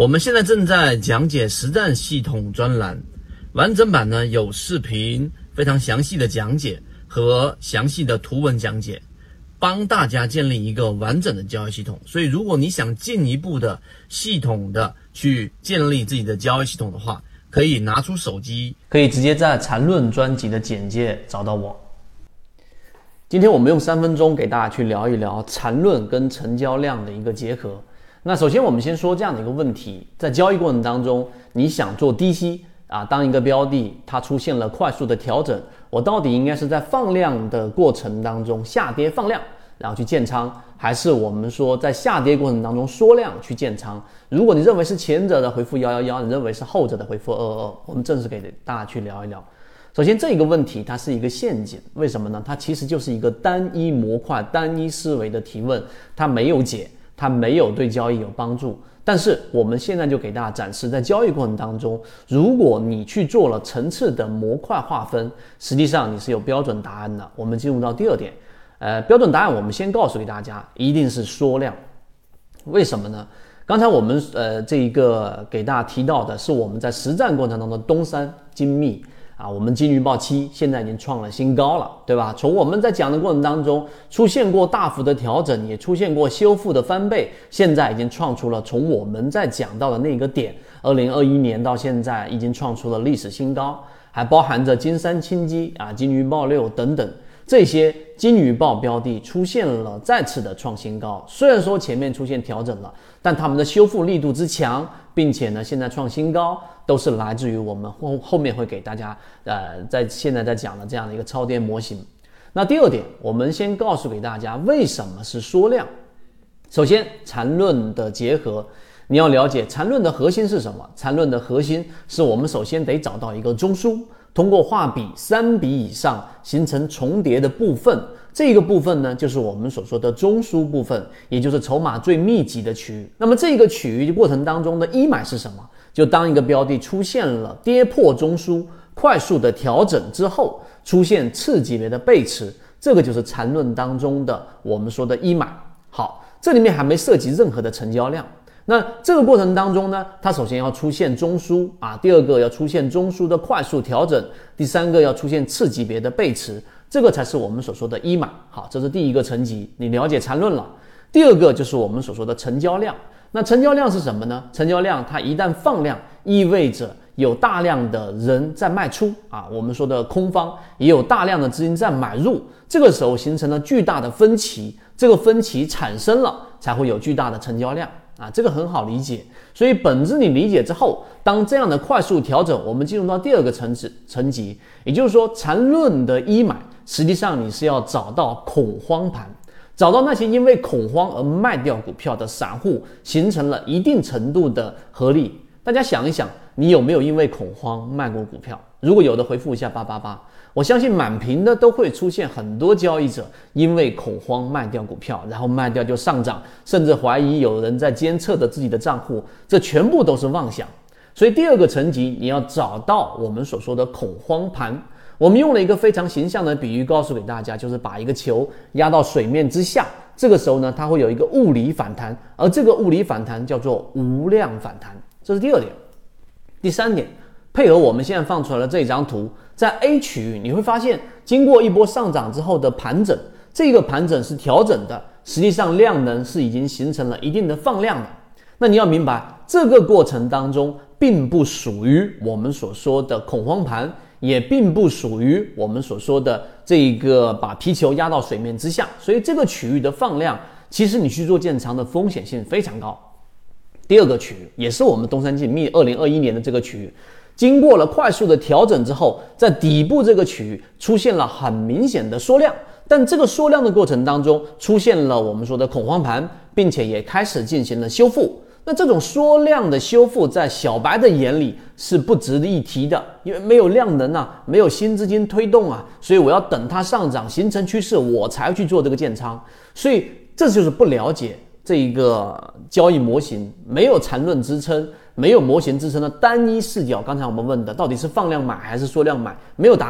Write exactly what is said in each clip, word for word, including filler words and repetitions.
我们现在正在讲解实战系统专栏，完整版呢有视频非常详细的讲解和详细的图文讲解，帮大家建立一个完整的交易系统。所以如果你想进一步的系统的去建立自己的交易系统的话，可以拿出手机， 可以直接在缠论专辑的简介找到我。今天我们用三分钟给大家去聊一聊缠论跟成交量的一个结合。那首先我们先说这样的一个问题，在交易过程当中，你想做低吸啊，当一个标的它出现了快速的调整，我到底应该是在放量的过程当中下跌放量然后去建仓，还是我们说在下跌过程当中缩量去建仓？如果你认为是前者的，回复一一一，你认为是后者的，回复二二二。我们正式给大家去聊一聊。首先这个问题它是一个陷阱，为什么呢？它其实就是一个单一模块单一思维的提问，它没有解，它没有对交易有帮助。但是我们现在就给大家展示，在交易过程当中，如果你去做了层次的模块划分，实际上你是有标准答案的。我们进入到第二点，呃，标准答案我们先告诉给大家，一定是缩量。为什么呢？刚才我们呃这一个给大家提到的是我们在实战过程当中的东山精密啊，我们金鱼报七现在已经创了新高了，对吧？从我们在讲的过程当中，出现过大幅的调整，也出现过修复的翻倍，现在已经创出了从我们在讲到的那个点，二零二一年到现在已经创出了历史新高，还包含着金山清基啊、金鱼报六等等。这些金鱼报标的出现了再次的创新高，虽然说前面出现调整了，但他们的修复力度之强，并且呢现在创新高，都是来自于我们后后面会给大家呃在现在在讲的这样的一个超跌模型。那第二点，我们先告诉给大家为什么是缩量。首先缠论的结合，你要了解缠论的核心是什么？缠论的核心是我们首先得找到一个中枢，通过画笔三笔以上形成重叠的部分，这个部分呢就是我们所说的中枢部分，也就是筹码最密集的区域。那么这个区域过程当中的一买是什么？就当一个标的出现了跌破中枢快速的调整之后，出现次级别的背驰，这个就是缠论当中的我们说的一买。好，这里面还没涉及任何的成交量。那这个过程当中呢，它首先要出现中枢啊，第二个要出现中枢的快速调整，第三个要出现次级别的背驰，这个才是我们所说的一买。好，这是第一个层级，你了解缠论了。第二个就是我们所说的成交量。那成交量是什么呢？成交量它一旦放量，意味着有大量的人在卖出啊，我们说的空方也有大量的资金在买入，这个时候形成了巨大的分歧，这个分歧产生了才会有巨大的成交量啊，这个很好理解。所以本质你理解之后，当这样的快速调整，我们进入到第二个层次层级，也就是说缠论的一买，实际上你是要找到恐慌盘，找到那些因为恐慌而卖掉股票的散户，形成了一定程度的合力。大家想一想，你有没有因为恐慌卖过股票？如果有的，回复一下八八八。我相信满屏的都会出现很多交易者因为恐慌卖掉股票，然后卖掉就上涨，甚至怀疑有人在监测着自己的账户，这全部都是妄想。所以第二个层级，你要找到我们所说的恐慌盘。我们用了一个非常形象的比喻告诉给大家，就是把一个球压到水面之下，这个时候呢，它会有一个物理反弹，而这个物理反弹叫做无量反弹。这是第二点。第三点，配合我们现在放出来的这张图，在 A 区域你会发现，经过一波上涨之后的盘整，这个盘整是调整的，实际上量能是已经形成了一定的放量的。那你要明白，这个过程当中并不属于我们所说的恐慌盘，也并不属于我们所说的这个把皮球压到水面之下，所以这个区域的放量，其实你去做建仓的风险性非常高。第二个区域也是我们东山精密二零二一年的这个区域，经过了快速的调整之后，在底部这个区域出现了很明显的缩量，但这个缩量的过程当中出现了我们说的恐慌盘，并且也开始进行了修复。那这种缩量的修复在小白的眼里是不值得一提的，因为没有量能啊，没有新资金推动啊，所以我要等它上涨形成趋势我才去做这个建仓，所以这就是不了解这一个交易模型，没有缠论支撑，没有模型支撑的单一视角。刚才我们问的到底是放量买还是缩量买，没有答案。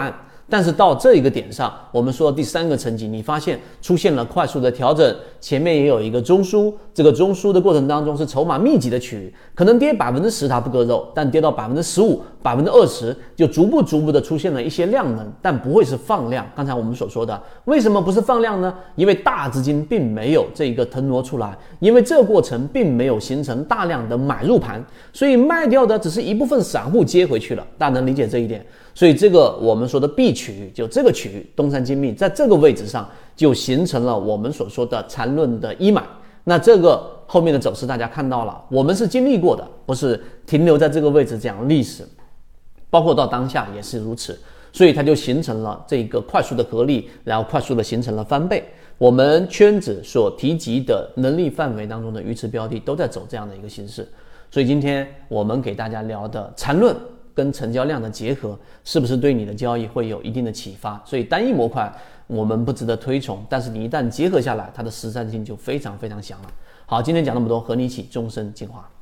但是到这一个点上，我们说第三个层级，你发现出现了快速的调整，前面也有一个中枢，这个中枢的过程当中是筹码密集的区域，可能跌百分之十它不割肉，但跌到百分之十五、百分之二十，就逐步逐步的出现了一些量能，但不会是放量。刚才我们所说的，为什么不是放量呢？因为大资金并没有这个腾挪出来，因为这个过程并没有形成大量的买入盘，所以卖掉的只是一部分散户接回去了，大家能理解这一点。所以这个我们说的 B 区域，就这个区域，东山精密在这个位置上就形成了我们所说的缠论的一买。那这个后面的走势大家看到了，我们是经历过的，不是停留在这个位置讲历史，包括到当下也是如此。所以它就形成了这个快速的合力，然后快速的形成了翻倍。我们圈子所提及的能力范围当中的鱼池标的都在走这样的一个形式。所以今天我们给大家聊的缠论跟成交量的结合，是不是对你的交易会有一定的启发？所以单一模块我们不值得推崇，但是你一旦结合下来，它的实战性就非常非常强了。好，今天讲那么多，和你一起终身进化。